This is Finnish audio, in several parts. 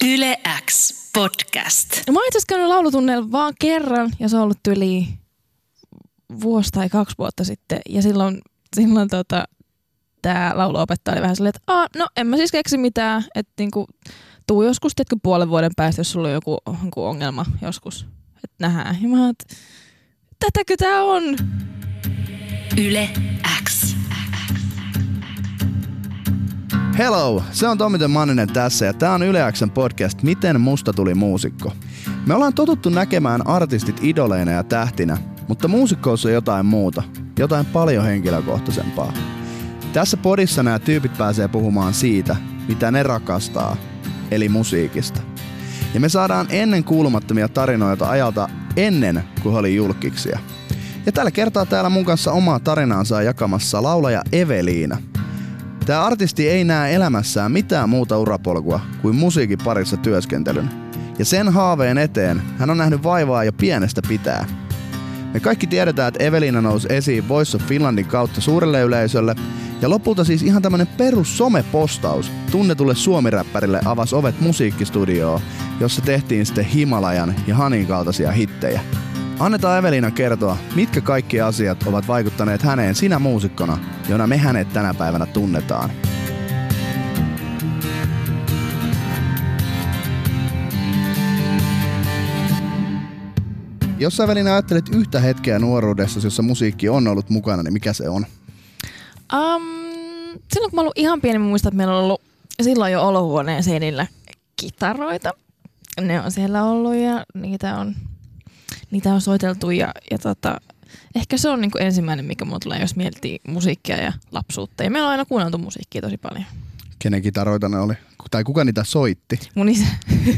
Yle X podcast. Mä oon itse asiassa käynyt laulutunneilla vaan kerran ja se on ollut yli vuosi tai 2 vuotta sitten. Ja silloin tää lauluopettaja oli vähän silleen, että no en mä siis keksi mitään, että niinku, tuu joskus teetkö puolen vuoden päästä, jos sulla on joku ongelma joskus, että nähdään. Ja mä oon, että tätäkö tää on? Yle X. Hello, se on Tommi Manninen tässä ja tää on Yle X:n podcast Miten musta tuli muusikko. Me ollaan totuttu näkemään artistit idoleina ja tähtinä, mutta muusikkous on jotain muuta, jotain paljon henkilökohtaisempaa. Tässä podissa nämä tyypit pääsee puhumaan siitä, mitä ne rakastaa, eli musiikista. Ja me saadaan ennen kuulumattomia tarinoita ajalta ennen kuin he oli julkkiksia. Ja tällä kertaa täällä mun kanssa omaa tarinaansa jakamassa laulaja Eveliina. Tämä artisti ei näe elämässään mitään muuta urapolkua kuin musiikin parissa työskentelyn. Ja sen haaveen eteen hän on nähnyt vaivaa jo pienestä pitää. Me kaikki tiedetään, että Eveliina nousi esiin Voice of Finlandin kautta suurelle yleisölle. Ja lopulta siis ihan tämmönen perus somepostaus tunnetulle suomiräppärille avasi ovet musiikkistudioon, jossa tehtiin sitten Himalajan ja Hanin kaltaisia hittejä. Annetaan Eveliinan kertoa, mitkä kaikki asiat ovat vaikuttaneet häneen sinä muusikkona, jona me hänet tänä päivänä tunnetaan. Jos Eveliina ajattelet yhtä hetkeä nuoruudessa, jossa musiikki on ollut mukana, niin mikä se on? Silloin kun mä olin ihan pieni, mä muistan, että meillä on ollut silloin jo olohuoneen seinillä kitaroita. Ne on siellä ollut ja niitä on soiteltu ja ehkä se on niinku ensimmäinen, mikä mulla tulee, jos miettii musiikkia ja lapsuutta. Ja meillä on aina kuunneltu musiikkia tosi paljon. Kenen kitaroita ne oli? Tai kuka niitä soitti? Mun isä.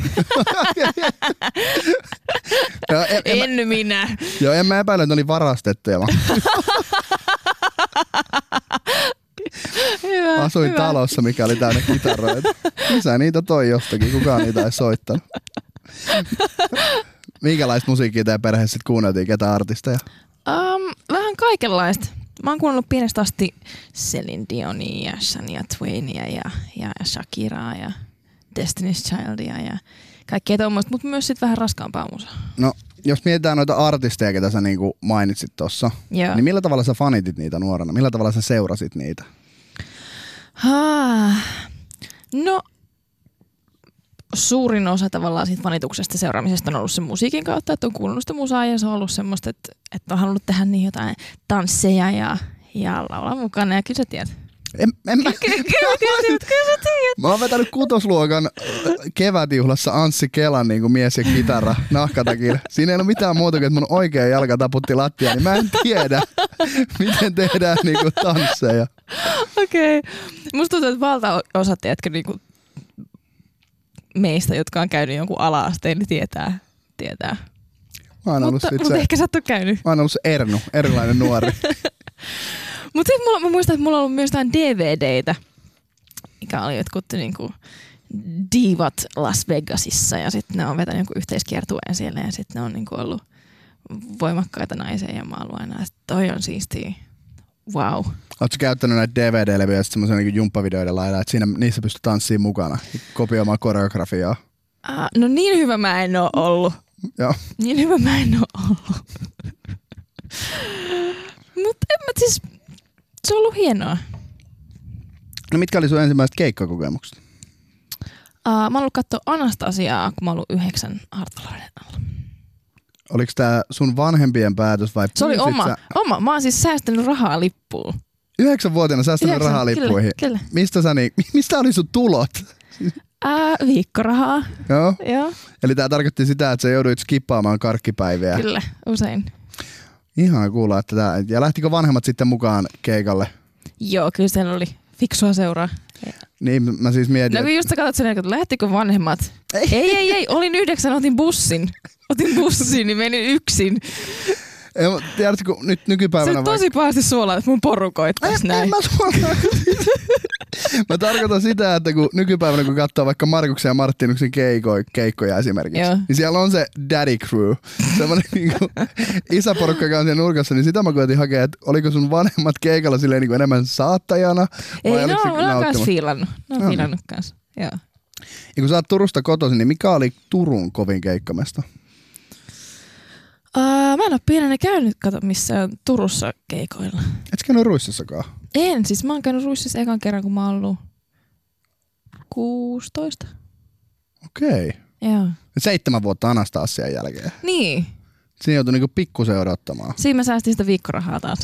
En minä. Joo, en mä epäile, että ne oli varastettuja. Asuin talossa, mikä oli täynnä kitaroita. Isä niitä toi jostakin, kukaan niitä ei soittanut. Minkälaista musiikkia teidän perheessä sitten kuunneltiin, ketä artisteja? Vähän kaikenlaista. Mä oon kuunnellut pienestä asti Celine Dionia ja Shania Twainia ja Shakiraa ja Destiny's Childia ja kaikkea tommoista, mutta myös sitten vähän raskaampaa musaa. No, jos mietitään noita artisteja, ketä sä niinku mainitsit tossa, niin millä tavalla sä fanitit niitä nuorena? Millä tavalla sä seurasit niitä? No, suurin osa tavallaan siitä fanituksesta seuraamisesta on ollut sen musiikin kautta, että on kuunnellut sitä musaa ja se on ollut semmoista, että on halunnut tehdä niin jotain tansseja ja laulaa mukana ja kyllä sä tiedät. Kyllä sä tiedät. Mä oon vetänyt 6. luokan kevätjuhlassa Anssi Kelan niin kuin mies ja kitara nahkatakilla. Siinä ei ole mitään muuta kuin, että mun oikea jalka taputti lattia, niin mä en tiedä, miten tehdään niin kuin tansseja. Okei. Musta tuntuu, että valtaosa tiedätkö niin kuin meistä, jotka on käynyt jonkun ala-asteen, niin tietää. Mutta ehkä sä et ole käynyt. Mä oon ollut se erilainen nuori. Mutta sitten mä muistan, että mulla on ollut myös jotain DVDitä, mikä oli jotkut niinku divat Las Vegasissa ja sitten ne on vetänyt jonkun yhteiskiertueen siellä ja sitten ne on niinku ollut voimakkaita naisia ja mä oon ollut aina, että toi on siistiä. Wow. Ootko käyttänyt näitä DVD-levyjä semmoisen niin jumppavideoiden lailla, että niissä pystyy tanssiin mukana, kopioimaan koreografiaa? No niin hyvä mä en oo ollut. Joo. Niin hyvä mä en oo ollut. Mutta siis se on ollut hienoa. No mitkä oli sun ensimmäiset keikkakokemukset? Mä oon ollut katsoa Anastasiaa, kun mä oon ollut 9 Hartwallin alla. Oliko tää sun vanhempien päätös vai se oli oma. Mä oon siis säästänyt rahaa lippuun. 9-vuotiaana säästänyt rahaa lippuihin? Kyllä. Mistä oli sun tulot? Viikkorahaa. Joo. Eli tää tarkoitti sitä, että sä jouduit skippaamaan karkkipäiviä. Kyllä, usein. Ihan kuulla, että ja lähtikö vanhemmat sitten mukaan keikalle? Joo, kyllä siellä oli fiksua seuraa. Niin, mä siis mietin. No kun just sä katsot sen, että lähtikö vanhemmat? Ei, olin 9, otin bussin, niin menin yksin. Tiedätkö, kun nyt nykypäivänä... Se on tosi pahasti suolaa, että mun porukoit tässä näin. Mä tarkoitan sitä, että kun nykypäivänä kun katsoo vaikka Markuksen ja Martinuksen keikkoja esimerkiksi, niin siellä on se daddy crew. Semmoinen niinku isäporukka, joka on siellä nurkassa, niin sitä mä koetin hakea, että oliko sun vanhemmat keikalla silleen niinku enemmän saattajana? Ei, ne on kans fiilannut. Ne on fiilannut kans, joo. Ja kun sä oot Turusta kotoisin, niin mikä oli Turun kovin keikkamesta? Mä en ole pienenä käynyt missään Turussa keikoilla. Et sä käynyt Ruississakaan? En, siis mä oon käynyt Ruississa ekan kerran, kun mä oon ollut 16. Okei. Joo. 7 vuotta Anastasian jälkeen. Niin. Siinä joutui niinku pikkusen odottamaan. Siinä mä säästin sitä viikkorahaa taas.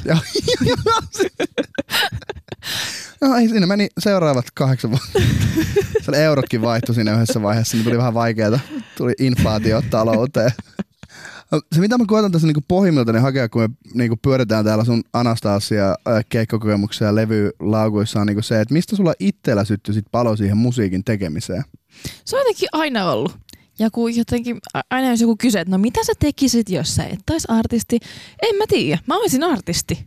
No ei, siinä meni seuraavat 8 vuotta. Se eurotkin vaihtui siinä yhdessä vaiheessa, niin tuli vähän vaikeaa. Tuli inflaatio talouteen. Se mitä mä koetan tässä niinku pohjimmiltani hakea, kun me niinku pyöritään täällä sun Anastasia keikkokokemuksia ja levylaukuissa on niinku se, että mistä sulla itsellä syttyi sit palo siihen musiikin tekemiseen? Se on jotenkin aina ollut. Ja kun jotenkin aina jos joku kysyy, että no mitä sä tekisit, jos sä et ois artisti? En mä tiedä. Mä oisin artisti.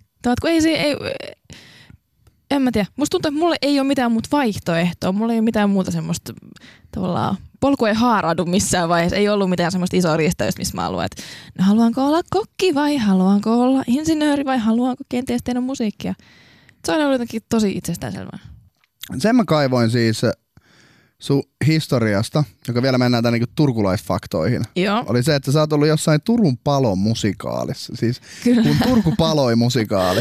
En mä tiedä. Musta tuntuu, että mulle ei ole mitään muuta vaihtoehtoa. Mulla ei ole mitään muuta semmoista tavallaan, polku ei haaraudu missään vaiheessa. Ei ollut mitään semmoista isoa riistäystä, missä mä haluan, että no haluanko olla kokki vai haluanko olla insinööri vai haluanko kenties tehdä musiikkia. Se on ollut jotenkin tosi itsestäänselvää. Sen mä kaivoin siis sun historiasta, joka vielä mennään tämän niinku turkulaisfaktoihin. Joo. Oli se, että sä oot ollut jossain Turun palon musikaalissa. Siis Kyllä. Kun Turku paloi musikaali.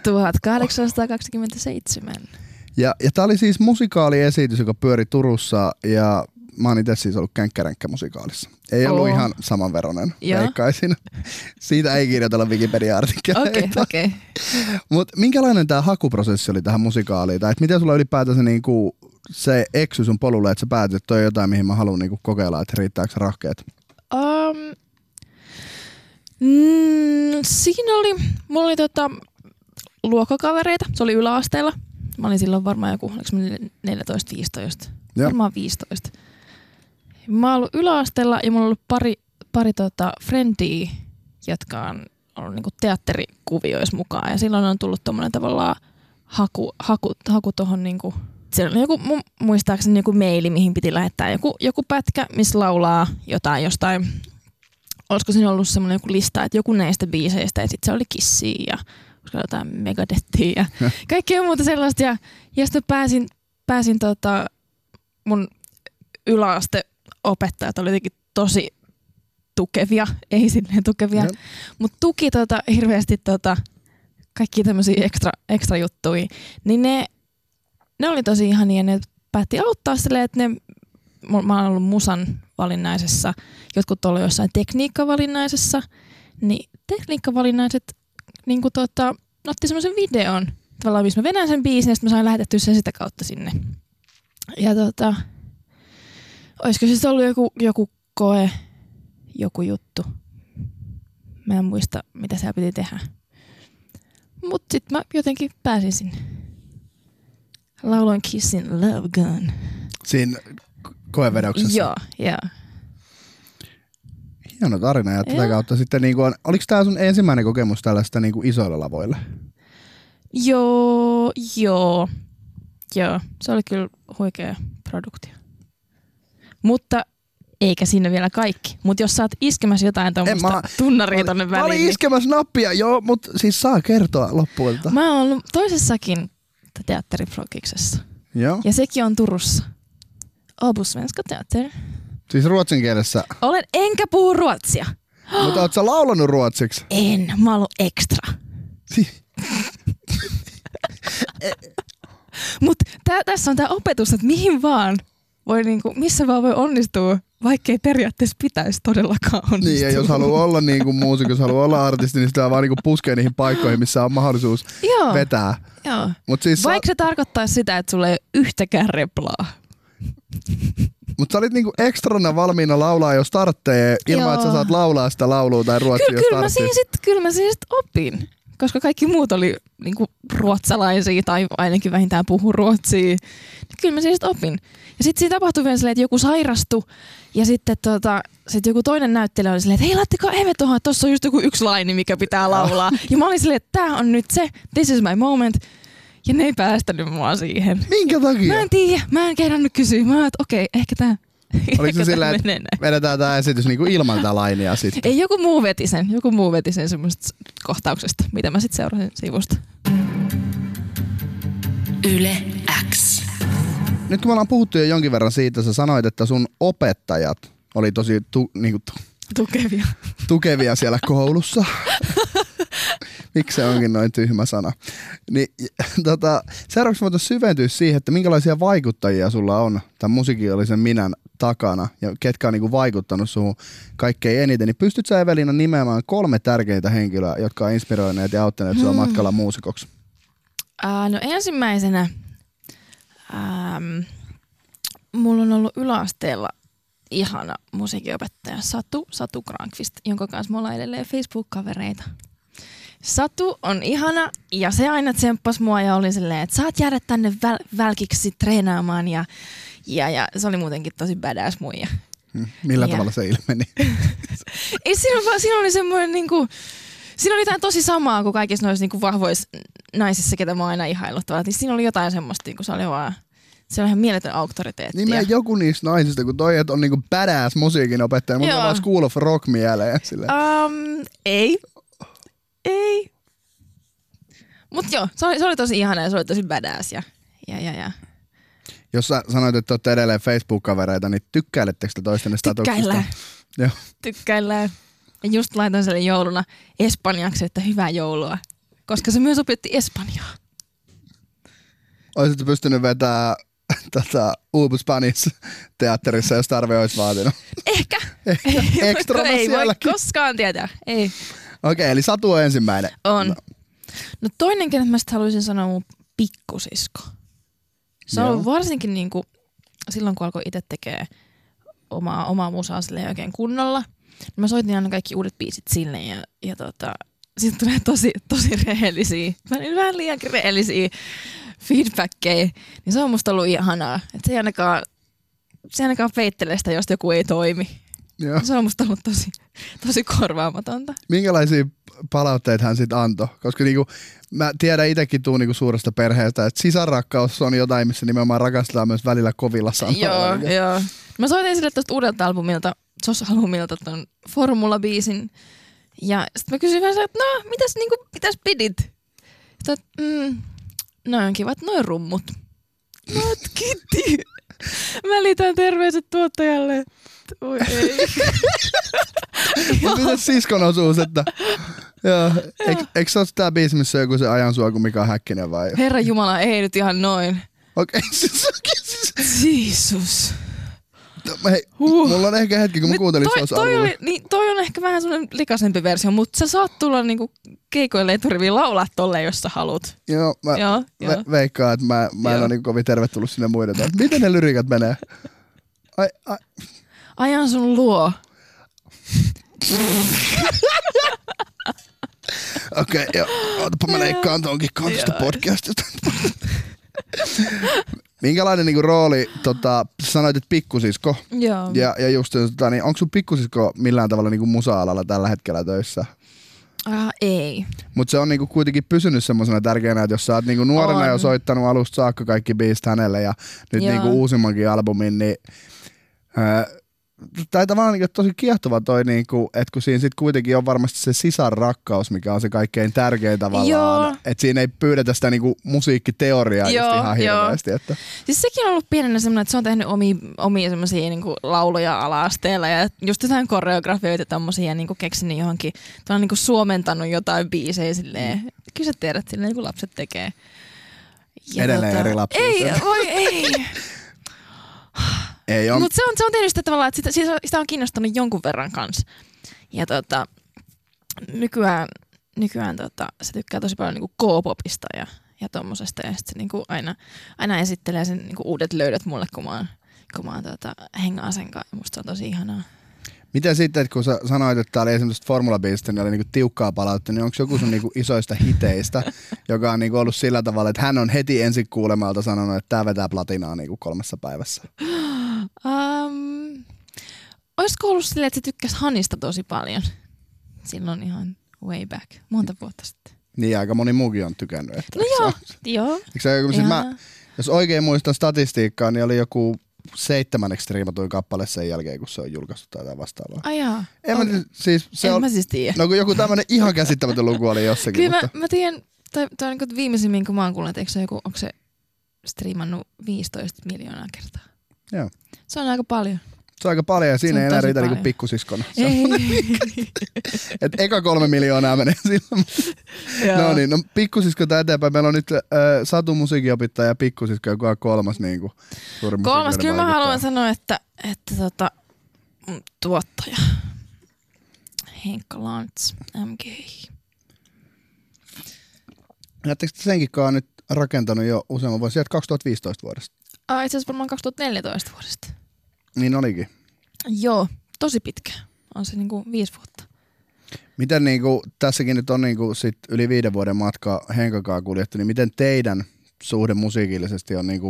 1827. Ja tää oli siis musikaaliesitys, joka pyöri Turussa ja mä oon itse siis ollut Känkkäränkkä-musikaalissa. Ei ollut ihan samanveroinen, veikkaisin. Siitä ei kirjoitella Wikipedia-artikkeleita. Okei. Mut minkälainen tää hakuprosessi oli tähän musikaaliin? Tai miten sulla ylipäätänsä niinku se eksy sun polulle, että sä päätit, että toi on jotain, mihin mä haluan niinku kokeilla, että riittääkö rahkeet? Siinä oli, mulla oli luokkakavereita, se oli yläasteella. Mä olin silloin varmaan joku, 14-15, varmaan 15. Mä oon ollut yläasteella ja mulla on ollut pari friendiä, jotka on ollut niinku teatterikuvioissa mukaan. Ja silloin on tullut tommonen tavallaan haku tohon niinku, siellä oli joku, muistaakseni joku maili, mihin piti lähettää joku pätkä, missä laulaa jotain jostain. Olisiko siinä ollut semmoinen joku lista, että joku näistä biiseistä ja sitten se oli Kissia ja jotain Megadethia ja kaikkea muuta sellaista. Ja sitten pääsin mun yläasteopettajat oli jotenkin tosi tukevia, ei silleen tukevia, mutta tuki hirveästi kaikkia tämmöisiä ekstra juttuja. Niin ne oli tosi ihania, ne päätti auttaa silleen, että mä oon ollut musan valinnaisessa, jotkut oli jossain tekniikkavalinnaisessa, niin tekniikkavalinnaiset niinku otti semmoisen videon, tavallaan missä mä vedän sen biisin ja sitten mä sain lähetettyä sen sitä kautta sinne. Ja olisiko siis ollut joku koe, joku juttu. Mä en muista, mitä siellä piti tehdä. Mut sit mä jotenkin pääsin sinne. Lauloin Kissin Love Gun. Siinä koevedoksessa? Joo. Hieno tarina ja tätä kautta sitten niinku oliko tää sun ensimmäinen kokemus tällaista niinku isoilla lavoilla? Joo. Se oli kyllä huikea produktio. Mutta eikä siinä vielä kaikki. Mutta jos sä oot iskemässä jotain tommoista tunnaria tonne väliin. Mä olin iskemässä nappia, joo, mutta siis saa kertoa loppuilta. Mä oon ollut toisessakin teatteriprokiksessa. Joo. Ja sekin on Turussa. Åbo Svenska Teater. Siis ruotsin kielessä? Olen, enkä puhu ruotsia. Mutta oot sä laulanut ruotsiksi? En, mä oon ollut ekstra. Mutta tässä on tää opetus, että mihin vaan voi missä vaan voi onnistua, vaikkei periaatteessa pitäisi todellakaan onnistua. Niin, ja jos haluaa olla muusikko, jos haluaa olla artisti, niin sitä vaan puskee niihin paikkoihin, missä on mahdollisuus vetää. Joo. Mut siis vaikka se tarkoittaa sitä, että sulla ei ole yhtäkään replaa. Mutta sä olit ekstrana valmiina laulaa jo starttee, ilman että sä saat laulaa sitä laulua tai ruotsia jo starttiin. Kyllä mä siinä sit opin, koska kaikki muut oli ruotsalaisia tai ainakin vähintään puhu ruotsia. Kyllä mä siinä sit opin. Ja sitten siinä tapahtui vielä silleen, että joku sairastui ja sitten sit joku toinen näyttelijä oli silleen, että hei laittakaa tuohon, että tossa on just joku yksi laini, mikä pitää laulaa. Ja mä olin silleen, että tää on nyt se, this is my moment. Ja ne ei päästänyt mua siihen. Minkä takia? Mä en tiedä, mä en kehdannut kysyä. Mä oon, että okei, ehkä tää. Oliko se sillä, että vedetään tää esitys ilman tää lainia sitten? Ei, joku muu veti sen semmoista kohtauksesta, mitä mä sit seurasin sivusta. Yle X. nyt kun me ollaan puhuttu jo jonkin verran siitä, sä sanoit, että sun opettajat oli tosi tukevia siellä koulussa. Miksi se onkin noin tyhmä sana? Niin, seuraavaksi voitaisiin syventyä siihen, että minkälaisia vaikuttajia sulla on tämän musiikillisen minän takana ja ketkä on niinku vaikuttanut suhun kaikkein eniten. Niin pystyt sä, Evelina, nimeämään 3 tärkeintä henkilöä, jotka on inspiroineet ja auttaneet sua matkalla muusikoksi? No ensimmäisenä mulla on ollut yläasteella ihana musiikinopettaja Satu Granqvist, jonka kanssa me ollaan edelleen Facebook-kavereita. Satu on ihana ja se aina tsemppasi mua ja oli silleen, että saat jäädä tänne välkiksi treenaamaan ja se oli muutenkin tosi badass muija. Millä tavalla se ilmeni? Ei, siinä oli semmoinen niinku, siinä oli jotain tosi samaa kuin kaikissa noissa niinku vahvoissa naisissa, ketä mä oon aina ihaillut. Niin siinä oli jotain semmoista, niinku se oli vaan, se on ihan mieletön auktoriteetti. Niin joku niistä naisista, kun toi on niinku badass musiikinopettaja, mutta on School of Rock mieleen. Ei. Mut joo, se oli tosi ihana ja se oli tosi badass ja. Jos sä sanoit, että olette edelleen Facebook-kavereita, niin tykkäilettekö te toistenne statuksista? Tykkäillään. Ja just laitoin sille jouluna espanjaksi, että hyvää joulua. Koska se myös opetti espanjaa. Olisitko pystynyt vetämään Ubu Spanish-teatterissa, jos tarve olisi vaatinut? Ehkä. Ekstrana ei sielläkin. Voi koskaan tietää. Ei. Okei, eli Satu on ensimmäinen. On. No toinen, kenet mä haluaisin sanoa, mun pikkusisko. Se on ollut varsinkin niinku, silloin, kun alkoi itse tekee omaa musaa silleen oikein kunnolla. Mä soitin aina kaikki uudet biisit sille ja siitä tulee tosi rehellisiä, vähän liiankin rehellisiä feedbackkejä. Niin se on musta ollut ihanaa. Että se ei ainakaan peittele sitä, jos joku ei toimi. Joo. Se on musta ollut tosi korvaamatonta. Minkälaisia palautteita hän sitten antoi? Koska niinku, mä tiedän itsekin tuun niinku suuresta perheestä, että sisarrakkaus on jotain, missä nimenomaan rakastetaan myös välillä kovilla sanoilla. Joo. Mä soitin sille tuosta uudelta albumilta, SOS-albumilta ton Formula-biisin. Ja sit mä kysyin vähän, että no, mitäs pidit? Sitten, no on kivat noin rummut. Kiitti. Mä liitän terveiset tuottajalle. Oi ei. Mutta miten siskon osuus, että eikö se ole tää biisi, missä on joku se ajan sua kuin Mika Häkkinen vai? Herra Jumala, ei nyt ihan noin. Okei, Jeesus. Hei, mulla on ehkä hetki, kun mä kuuntelin toi on ehkä vähän semmoinen likaisempi versio, mutta sä saat tulla niinku keikoille eturiviin laulaa tolle, jos sä haluat. Joo, mä veikkaan, että mä en ole niin kovin tervetullut sinne muiden. Miten ne lyriikat menee? Ajan sun luo. Okei, joo. Ootapa mä leikkaan tonkin tuosta podcastista. Minkälainen niinku rooli, sanoit, että pikkusisko. Joo. Ja just, niin onko sun pikkusisko millään tavalla niinku musa-alalla tällä hetkellä töissä? Ei. Mutta se on niinku kuitenkin pysynyt semmoisena tärkeänä, että jos sä oot niinku nuorena jo soittanut alusta saakka kaikki biisit hänelle ja nyt niinku uusimmankin albumin, niin tai tavallaan niinku tosi kiehtova toi, niinku, että kun siinä sit kuitenkin on varmasti se sisarrakkaus, mikä on se kaikkein tärkein tavallaan. Että siinä ei pyydetä sitä niinku musiikkiteoriaa just ihan hirveästi. Että. Siis sekin on ollut pienenä semmoinen, että se on tehnyt omia semmosia niinku lauluja ala-asteella ja just jotain koreografioita tommosia niinku keksinyt johonkin. Tuo on niinku suomentanut jotain biisejä silleen. Kyllä sä tiedät silleen, kun lapset tekee. Ja edelleen eri lapsia. Ei. Mutta se on tehnyt sitä tavallaan, että sitä on kiinnostanut jonkun verran kanssa. Ja nykyään se tykkää tosi paljon niinku K-popista ja tommosesta. Ja sitten se niinku aina esittelee sen niinku uudet löydöt mulle, kun mä oon hengaa sen kanssa. Musta se on tosi ihanaa. Miten sitten, kun sä sanoit, että tää oli esimerkiksi Formula-biisistä, niin oli niinku tiukkaa palautta, niin onko joku sun niinku isoista hiteistä, joka on niinku ollut sillä tavalla, että hän on heti ensi kuulemalta sanonut, että tää vetää platinaa niinku 3 päivässä? Olisiko ollut silleen, että se tykkäsi Hanista tosi paljon? Silloin ihan way back, monta vuotta sitten. Niin, aika moni muukin on tykännyt. Että no joo. Jos oikein muistan statistiikkaa, niin oli joku 7 striimatuin kappale sen jälkeen, kun se on julkaistu tai jotain vastaavaa. Ajaa. En mä siis tiedä. No kun joku tämmönen ihan käsittämätön luku oli jossakin. Kyllä mä tiedän, toi on niin viimeisimmin, kun mä oon kuullut, että eikö se joku, onko se striimannut 15 miljoonaa kertaa. Joo. Se on aika paljon. Se on aika paljon ja siinä ei enää riitä niinku pikkusiskona. Et eka 3 miljoonaa menee silloin. No niin, no pikkusiskota eteenpäin. Meillä on nyt Satu musiikinopettaja ja pikkusisko, joka on kolmas niinku suuri kolmas, kyllä mä haluan sanoa, että tuottaja. Henkka Lantz, MG. Näettekö te senkin nyt rakentanut jo useamman vuoden, sieltä 2015 vuodesta? Itse asiassa varmaan 2014 vuodesta. Niin olikin. Joo, tosi pitkä. On se niinku 5 vuotta. Miten niinku, tässäkin nyt on niinku sit yli 5 vuoden matka Henkakaan kuljettu, niin miten teidän suhde musiikillisesti on niinku,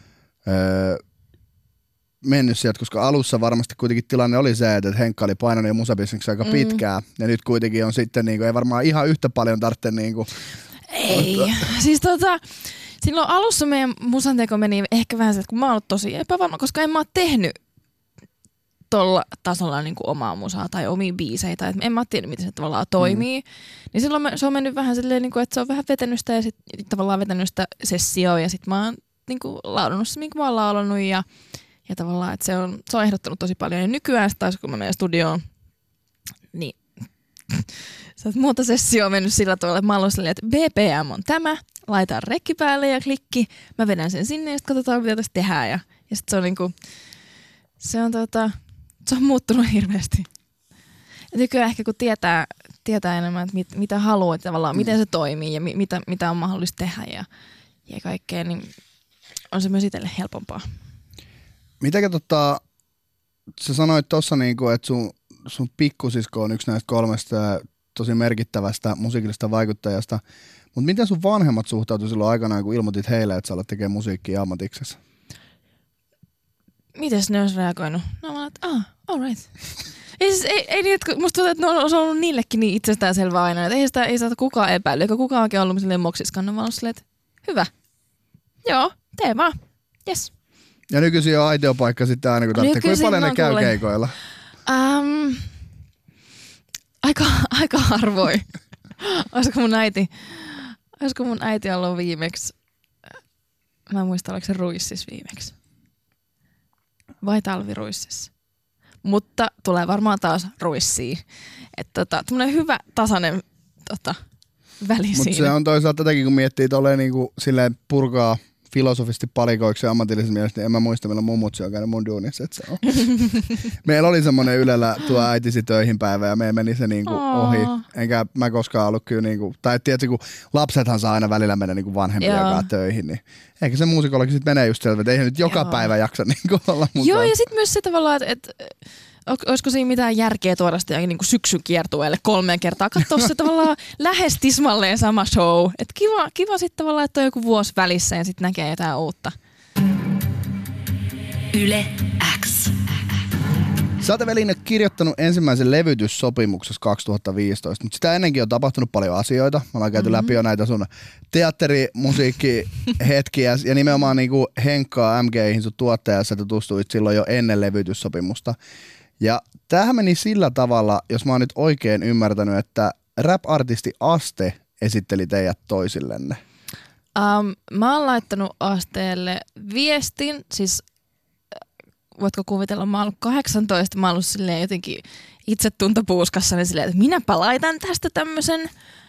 mennyt sieltä, koska alussa varmasti kuitenkin tilanne oli se, että Henkka oli painanut jo musabisneksi aika pitkään, ja nyt kuitenkin on sitten niinku, ei varmaan ihan yhtä paljon tarvitse niinku. Ei, siis silloin alussa meidän musanteko meni ehkä vähän se, että kun mä oon ollut tosi epävarma, koska en mä oo tehnyt tolla tasolla niin kuin omaa musaa tai omia biiseitä, että en mä tiedä, miten se tavallaan toimii. Niin silloin se on mennyt vähän silleen, niin kuin, että se on vähän vetänyt sitä ja sitten tavallaan vetänyt sitä sessioa ja sitten mä oon niin kuin laulunut se, minkä mä oon laulunut ja tavallaan, että se on ehdottanut tosi paljon. Ja nykyään taas, kun mä menen studioon, niin muuta sessioa on mennyt sillä tavalla, että mä oon silleen, että BPM on tämä, laitan rekki päälle ja klikki, mä vedän sen sinne ja sitten katsotaan, mitä tässä tehdään. Ja sitten se on niinku, se on muuttunut hirveästi. Ja nykyään ehkä kun tietää enemmän, että mitä haluaa, tavallaan miten se toimii ja mitä on mahdollista tehdä ja kaikkea, niin on se myös itselle helpompaa. Mitäkä sä sanoit tossa niinku, että sun pikkusisko on yksi näistä 3 tosi merkittävästä musiikillisesta vaikuttajasta, mutta miten sun vanhemmat suhtautui silloin aikanaan, kun ilmoitit heille, että sä alat tekemään musiikkia ammatiksessa? Mites ne olisi reagoinut? No mä oon, että alright. Ei niin, että musta tuntuu, että ne on ollut niillekin niin itsestäänselvää aina, että ei sitä kukaan epäily, eikä kukaan oikein ollut silleen moksiskannon, vaan silleen, että hyvä. Joo, tee vaan. Yes. Ja nykyisin on aitiopaikka sitten aina, kun tarvitsee. Kuinka paljon ne käy keikoilla? Aika harvoin. Olisiko mun äiti ollut viimeksi, mä en muista, oliko se Ruississa viimeksi. Vai talviruississa. Mutta tulee varmaan taas Ruissiin. Että tämmönen hyvä tasainen väli siinä. Mutta se on toisaalta tätäkin, kun miettii tolleen niinku silleen purkaa filosofisesti palikoiksi ja ammatillisessa mielessä, niin en mä muista, meillä on mummutsi on käynyt mun duunissa, että se on. Meillä oli semmoinen Ylellä tuo äitisi töihin päivä ja me meni se niinku ohi. Enkä mä koskaan ollut kyllä niinku, tai tiedätkö, kun lapsethan saa aina välillä mennä niinku vanhempiakaan töihin, niin ehkä se muusikollakin sitten menee just selvä, että eihän nyt joka päivä jaksa niinku olla mukaan. Joo, ja sitten myös se tavallaan, että olisiko siinä mitään järkeä tuoda sitä niin syksyn kiertueelle 3 kertaa. Katsoa se tavallaan lähes tismalleen sama show. Et kiva sitten tavallaan, että on joku vuosi välissä ja sitten näkee jotain uutta. Yle X. Sä oot Evelina kirjoittanut ensimmäisen levytyssopimuksessa 2015, mutta sitä ennenkin on tapahtunut paljon asioita. Me ollaan käyty läpi jo näitä sun teatterimusiikkihetkiä ja nimenomaan niinku Henkkaa MG:ihin sun tuottajassa tutustuit silloin jo ennen levytyssopimusta. Ja tämähän meni sillä tavalla, jos mä oon nyt oikein ymmärtänyt, että rap-artisti Aste esitteli teidät toisillenne. Mä oon laittanut Asteelle viestin, siis voitko kuvitella, mä oon ollut 18, mä oon ollut silleen jotenkin itsetuntopuuskassa, niin silleen, että minäpä laitan tästä tämmösen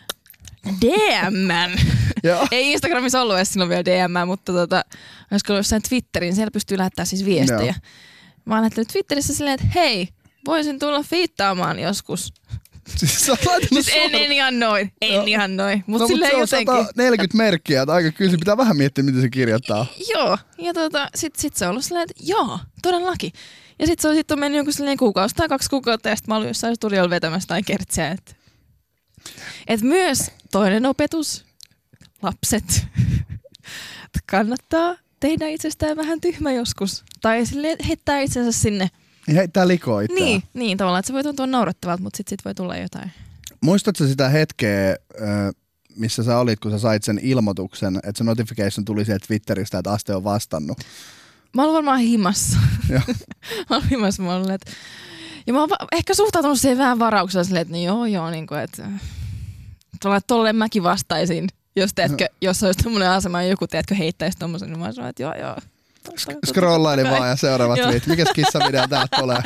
DM:n. Ei Instagramissa ollut edes silloin vielä DM:ää, mutta olisiko ollut jossain Twitterin, siellä pystyy lähettämään siis viestejä. Mä oon lähettänyt Twitterissä silleen, että hei, voisin tulla fiittaamaan joskus. Siis en ihan noin. Mutta silleen se on 140 merkkiä, että aika kyllä pitää vähän miettiä, miten se kirjoittaa. Joo, ja sit se on ollut silleen, että joo, todellakin. Ja sit se on mennyt joku silleen kuukausi tai 2 kuukautta, ja sit mä olin jossain studiolla vetämässä tai kertsiä. Et myös toinen opetus, lapset, kannattaa tehdä itsestään vähän tyhmä joskus. Tai silleen heittää itsensä sinne. Heittää likoa itseään. Niin tavallaan, että se voi tuntua naurettavalta, mutta sit voi tulla jotain. Muistatko sitä hetkeä, missä sä olit, kun sä sait sen ilmoituksen, että se notification tuli sieltä Twitteristä, että Aste on vastannut? Mä olin varmaan himassa. Mä olin himassa. Ja mä oon ehkä suhtautunut siihen vähän varauksella silleen, että joo, niin kuin, että tolleen mäkin vastaisin. jos olisi tommonen asema ja joku, tiedätkö, heittäisi tommosen, niin mä sanoin, että joo. Scrollailin vaan ja seuraavat tweet. Mikäs kissavideo täältä tulee?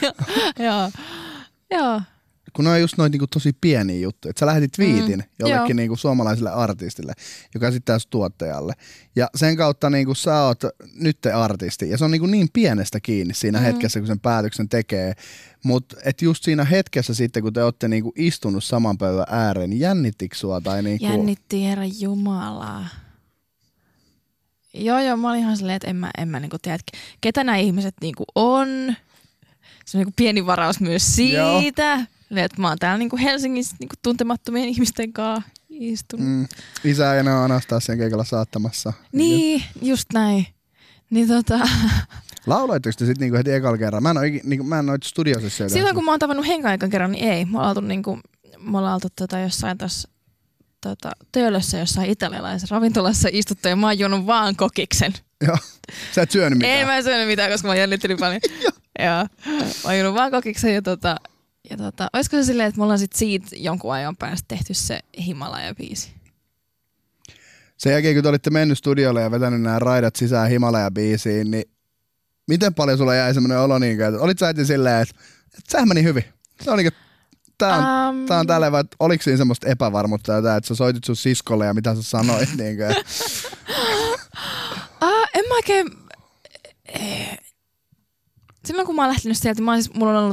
Joo. Kun ne on just noita niinku tosi pieniä juttuja. Että sä lähetit tweetin jollekin niinku suomalaiselle artistille, joka sitten taas tuottajalle. Ja sen kautta niinku sä oot nyt artisti. Ja se on niinku niin pienestä kiinni siinä hetkessä, kun sen päätöksen tekee. Mutta just siinä hetkessä sitten, kun te ootte niinku istunut saman pöydän ääreen, niin jännittikö sua? Tai niinku... Jännitti, herra Jumala. Joo, mä olin ihan silleen, että en mä niinku tiedä, ketä nämä ihmiset niinku on. Se on niinku pieni varaus myös siitä. Että mä oon täällä niinku Helsingissä niinku tuntemattomien ihmisten kanssa istunut. Isä ja ne on Anastasian keikalla saattamassa. Niin, just näin. Niin Lauloitteko te sitten niinku heti ekalla kerran? Mä en noita studiosissa. Silloin kun mä oon tavannut Henkan ekan kerran, niin ei. Me ollaan oltu jossain tässä Töölössä jossain italialaisessa ravintolassa istuttu ja mä oon juonut vaan kokiksen. Joo. Sä et syönyt mitään? Ei mä en syönyt mitään, koska mä jännittelin paljon. Joo. Mä oon juonut vaan kokiksen ja olisiko se silleen, että me ollaan sit siitä jonkun ajan päästä tehty se Himalaya-biisi? Sen jälkeen, kun te olitte mennyt studiolle ja vetänyt nämä raidat sisään Himalaya-biisiin, niin miten paljon sulla jäi semmoinen olo, että olit sä heti silleen, että sehän meni hyvin? Se on niin kuin, tää on tälleen, vai oliko siinä semmoista epävarmuutta jotain, että sä soitit sun siskolle ja mitä sä sanoit? En mä oikein... Silloin kun mä oon lähtenyt sieltä, mulla on ollut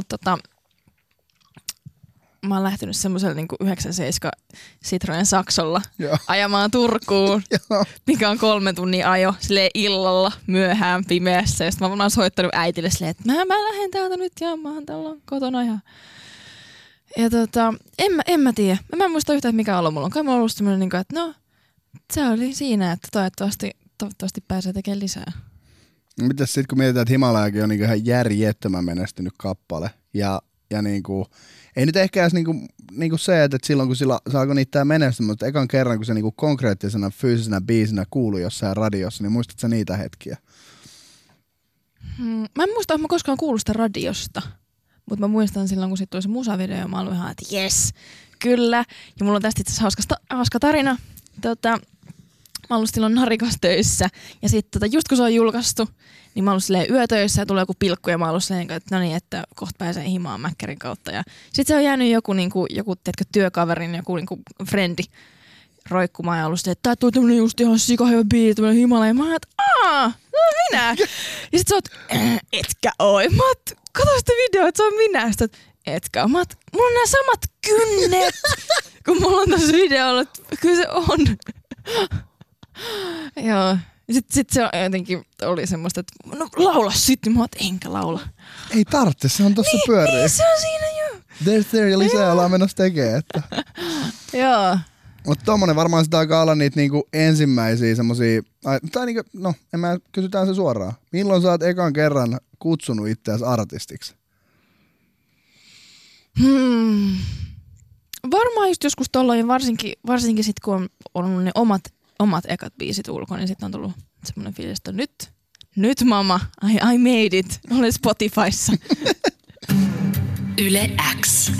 mä oon lähtenyt semmoisella niinku 9-7 Citroen Saxolla ajamaan Turkuun, mikä on 3 tunnin ajo silleen illalla myöhään pimeässä. Ja sit mä oon soittanut äitille silleen, että mä lähden täältä nyt ja mä oon täällä kotona. Ja en mä tiedä. Mä en muista yhtään, mikä olo mulla on. Kai mulla on ollut semmoinen, että no se oli siinä, että toivottavasti pääsee tekemään lisää. Mitäs sit kun mietitään, että Himalayakin on niinku ihan järjettömän menestynyt kappale ja niinku ei nyt ehkä edes niinku se, että silloin kun se alkoi niittää menestymään, mutta ekan kerran kun se niinku konkreettisena fyysisenä biisinä kuului jossain radiossa, niin muistatko sä niitä hetkiä? Mä en muista, että mä koskaan kuullut sitä radiosta, mutta mä muistan silloin, kun sit tuli se musavideo ja mä olin ihan, että jes, kyllä. Ja mulla on tästä itse asiassa hauska tarina. Mä oon ollut silloin Narikas töissä ja sitten just kun se on julkaistu, niin mä oon ollut silleen yötöissä ja tulee joku pilkku ja mä oon ollut silleen, että no niin, että kohta pääsee himaan Mäkkärin kautta. Ja sit se on jäänyt joku tiedätkö, työkaverin, joku frendi roikkumaan ja ollut silleen, että tää tuli tämmönen just ihan sikahevä biisi, tämmönen Himalaya. Ja mä oon, että no minä. Ja sit sä oot, etkä oi. Mä oot, kato sitä videoa, että se on minä. Sit etkä oi. Mä oot, mulla on nää samat kynnet, kun mulla on tässä videolla, että kyllä se on. Joo. Sitten se jotenkin oli semmoista, että no laula sitten. Mä oon, enkä laula. Ei tarvitse, se on tossa pyörii. Niin, se on siinä jo. There's there ja lisää ollaan menossa tekemään. Joo. Mutta tommonen varmaan sitä alkaa olla niitä niinku ensimmäisiä semmosia, tai niinku, no en mä kysytään se suoraan. Milloin sä oot ekan kerran kutsunut itseäsi artistiksi? Varmaan just joskus tolloin, varsinkin sit kun on ne omat ekat biisit ulkona, niin sitten on tullut semmoinen fiilis, että nyt mama, I made it. Olen Spotifyssa. Yle X.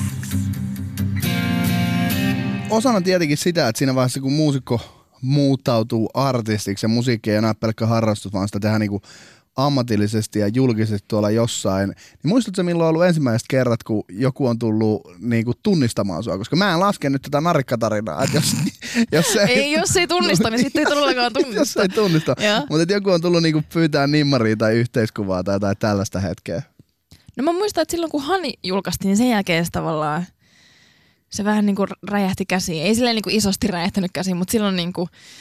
Osana tietenkin sitä, että siinä vaiheessa kun muusikko muuttautuu artistiksi ja musiikki ei enää pelkkä harrastus, vaan sitä tehdään niinku ammatillisesti ja julkisesti tuolla jossain. Niin muistatko milloin on ollut ensimmäiset kerrat, kun joku on tullut niinku tunnistamaan sua? Koska mä en laske nyt tätä narikkatarinaa, että jos ei tunnista, niin sitten ei todellakaan tunnista. Jos ei tunnista. Mutta joku on tullut niinku pyytää nimmaria tai yhteiskuvaa tai jotain tällaista hetkeä. No mä muistan, että silloin kun Hani julkaistiin, niin sen jälkeen se tavallaan se vähän niinku räjähti käsiin. Ei silleen niinku isosti räjähtänyt käsiin, mutta silloin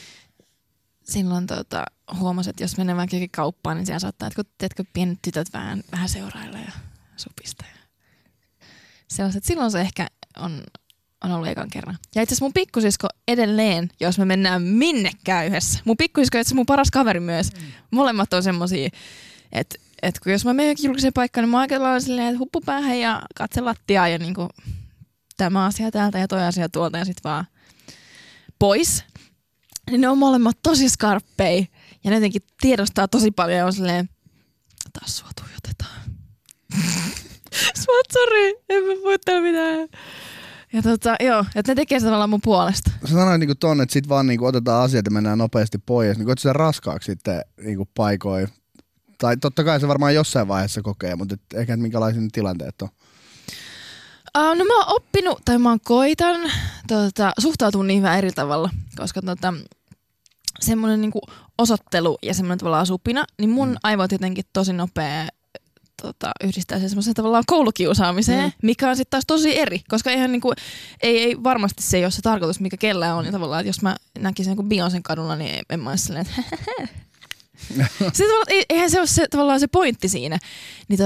huomasin, että jos menee vaikka kauppaan, niin siellä saattaa, että pienet tytöt vähän seurailla ja supista. Sellaiset, silloin se ehkä on ollut ekan kerran. Ja itse asiassa mun pikkusisko edelleen, jos me mennään minnekään yhdessä. Mun pikkusisko on itse mun paras kaveri myös. Molemmat on semmosia, että kun jos mä menen julkiseen paikkaan, niin mä ajatellaan silleen, että huppu päähän ja katse lattiaa ja niinku tämä asia täältä ja toi asia tuolta ja sit vaan pois. Niin ne on molemmat tosi skarppei ja ne jotenkin tiedostaa tosi paljon ja on silleen, taas sua tuijotetaan. Mä oon, sori, en mä voi täällä mitään. Ja joo, että ne tekee sitä tavallaan mun puolesta. Sä sanoit niinku tonne, että sit vaan niinku otetaan asiat ja mennään nopeasti pois. Niin koet sä raskaaksi sitten niinku paikoin? Tai totta kai se varmaan jossain vaiheessa kokee, mutta ehkä minkälaisia ne tilanteet on? No mä oon oppinut, tai mä koitan suhtautua niihin vähän eri tavalla, koska semmoinen niinku osoittelu ja semmoinen tavallaan supina, niin mun aivot jotenkin tosi nopea yhdistää se semmoiseen tavallaan koulukiusaamiseen, mikä on sitten taas tosi eri, koska eihän niinku, ei varmasti se ei ole se tarkoitus, mikä kellään on, niin tavallaan, että jos mä näkisin joku Beyoncén kadulla, niin en mä olisi silleen, että eihän se ole se, tavallaan se pointti siinä, niin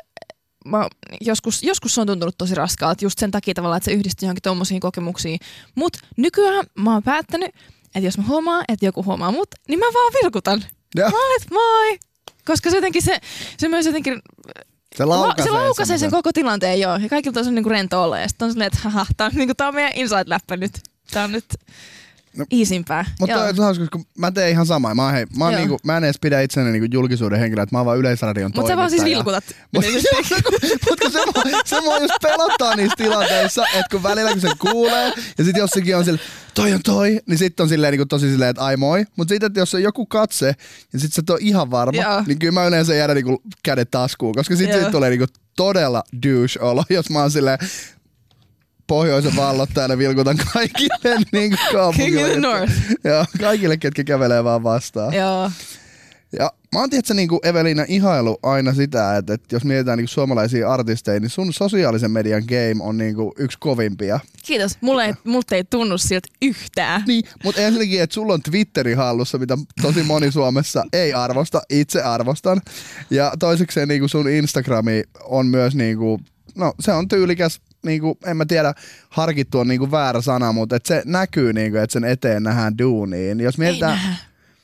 joskus se on tuntunut tosi raskaalta just sen takia tavallaan, että se yhdistyy johonkin tommosiin kokemuksiin, mut nykyään mä oon päättänyt, että jos mä huomaan, että joku huomaa mut, niin mä vaan vilkutan. Mä oon, että moi! Koska se jotenkin se myös jotenkin se laukaisee sen koko tilanteen, joo. Ja kaikilta on niinku rento olla. Ja sitten on silleen, että haha, tää on meidän inside-läppä nyt. Tää on nyt iisimpää. Mutta toi on hauska, koska mä teen ihan samaa. Mä en edes pidä itseäni niinku julkisuuden henkilöä, että mä oon vaan Yleisradion toimittaja. Mutta sä vaan siis vilkutat. Mutta se mua just pelottaa niissä tilanteissa, että kun välillä kun sen kuulee, ja sit jossakin on silleen, toi on toi, niin sit on silleen niinku tosi silleen, että ai moi. Mut sit, että jos on joku katse, ja sit sä et oo ihan varma, niin kyllä mä yleensä jäädän niinku kädet taskuun, koska sit siitä tulee niinku todella douche-olo, jos mä oon silleen, pohjoisen vallottajana vilkutan kaikille niin kaupungille. King of the North. Joo, kaikille, ketkä kävelee vaan vastaan. Joo. Ja mä oon tiedätkö niin Eveliina ihailu aina sitä, että jos mietitään niin suomalaisia artisteja, niin sun sosiaalisen median game on niin yksi kovimpia. Kiitos. Multa ei tunnu siltä yhtään. Niin, mutta ensinnäkin, että sulla on Twitteri hallussa, mitä tosi moni Suomessa ei arvosta. Itse arvostan. Ja toisekseen niin sun Instagrami on myös, niin kuin, no se on tyylikäs. Niinku, en mä tiedä, harkittu on niinku väärä sana, mutta et se näkyy, niinku, että sen eteen nähdään duuniin. Jos mietitään... Ei nähdä.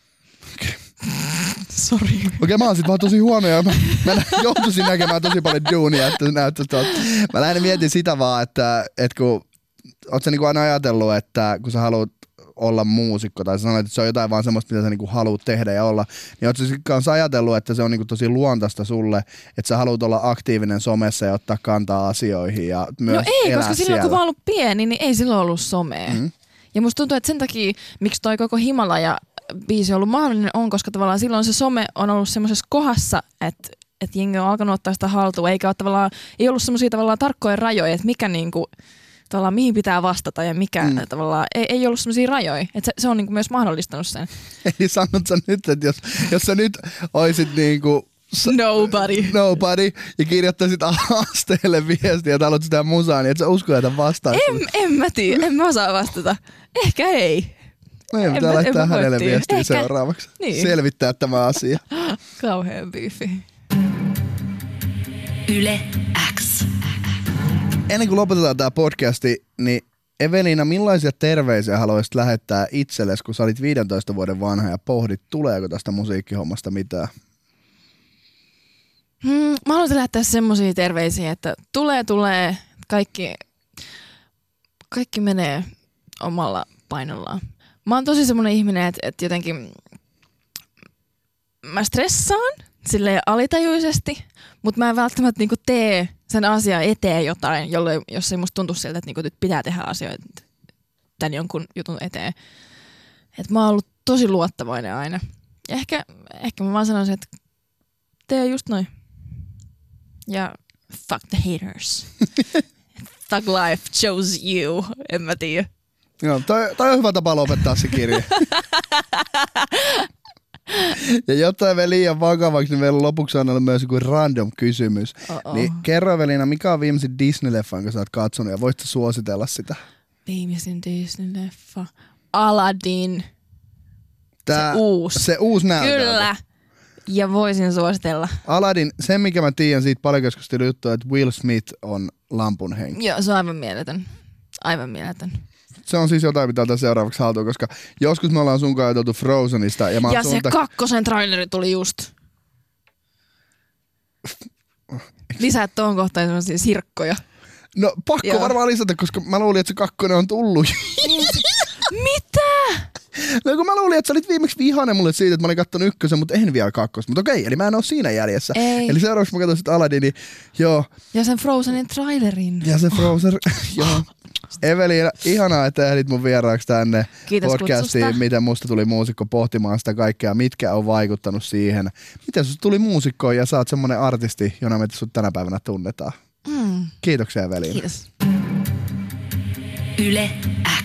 Sori. Okei, mä oon sit vaan tosi huono ja mä joutuisin näkemään tosi paljon duunia, että se näyttäisi tuolta. Mä lähden mietin sitä vaan, että kun oot sä niinku aina ajatellut, että kun sä haluat olla muusikko tai sä sanoit, että se on jotain vaan semmoista, mitä sä niinku haluat tehdä ja olla, niin oot sä kanssa ajatellut, että se on niinku tosi luontaista sulle, että sä haluat olla aktiivinen somessa ja ottaa kantaa asioihin ja myös no ei, elää koska silloin siellä. kun mä oon ollut pieni, niin ei silloin ollut somea. Ja musta tuntuu, että sen takia, miksi toi koko Himalaja-biisi on ollut mahdollinen on, koska tavallaan silloin se some on ollut semmoisessa kohdassa, että jengi on alkanut ottaa sitä haltuun, eikä ole tavallaan, ei ollut semmoisia tavallaan tarkkoja rajoja, että mikä niinku tavallaan mihin pitää vastata ja mikä tavallaan, ei ollut semmoisia rajoja. Että se on niinku myös mahdollistanut sen. Eli sanot sä nyt, että jos sä nyt oisit niinku nobody ja kirjoittaisit Aasteelle viestiä ja haluat sitä musaa, niin et sä usko, että vastaat. En mä tiedä, en mä osaa vastata. Ehkä ei. No ei pitää laittaa hänelle viestiä seuraavaksi. Niin. Selvittää tämä asia. Kauhean biifi. Yle X. Ennen kuin lopetetaan tämä podcasti, niin Eveliina, millaisia terveisiä haluaisit lähettää itsellesi, kun sä olit 15 vuoden vanha ja pohdit, tuleeko tästä musiikkihommasta mitään? Mä haluaisin lähettää semmosia terveisiä, että tulee, kaikki menee omalla painollaan. Mä oon tosi semmonen ihminen, että jotenkin mä stressaan silleen alitajuisesti, mutta mä en välttämättä niinku tee sen asian eteen jotain, jos ei musta tuntu siltä, että niinku nyt pitää tehdä asioita tän jonkun jutun eteen. Et mä oon ollut tosi luottavainen aina. Ja ehkä mä vaan sanoisin, että tee just noin. Ja fuck the haters. Thug life chose you. En mä tiedä. Joo, toi on hyvä tapa lopettaa se kirja. Ja jotta ei mene liian vakavaksi, niin meillä lopuksi on ollut myös joku random kysymys. Niin kerro Eveliina, mikä on viimeisin Disney-leffa, jonka sä oot katsonut ja voisit suositella sitä? Viimeisin Disney-leffa. Aladdin. Se uusi näytelmä. Kyllä. Ja voisin suositella. Aladdin, sen mikä mä tiedän siitä paljon keskustelua juttua, että Will Smith on lampun henki. Joo, se on aivan mieletön. Aivan mieletön. Se on siis jotain, mitä otan seuraavaksi haltuun, koska joskus me ollaan sunkaan ajateltu Frozenista. Ja se kakkosen traileri tuli just. Lisää tuon kohtaan sellaisia sirkkoja. No pakko varmaan lisätä, koska mä luulin, että se kakkonen on tullut. Mitä? No kun mä luulin, että sä olit viimeksi vihainen mulle siitä, että mä olin kattonut ykkösen, mutta en vielä kakkosta. Mutta okei, eli mä en oo siinä jäljessä. Ei. Eli seuraavaksi mä katson sitten Aladdinin, joo. Ja sen Frozenin trailerin. Ja se Frozen, joo. Eveliina, ihanaa, että ehdit mun vieraaksi tänne Kiitos podcastiin, kutsusta. miten musta tuli muusikko, pohtimaan sitä kaikkea, mitkä on vaikuttanut siihen. Miten susta tuli muusikko ja sä oot semmonen artisti, jona me sut tänä päivänä tunnetaan. Kiitoksia Eveliina. Kiitos. Yle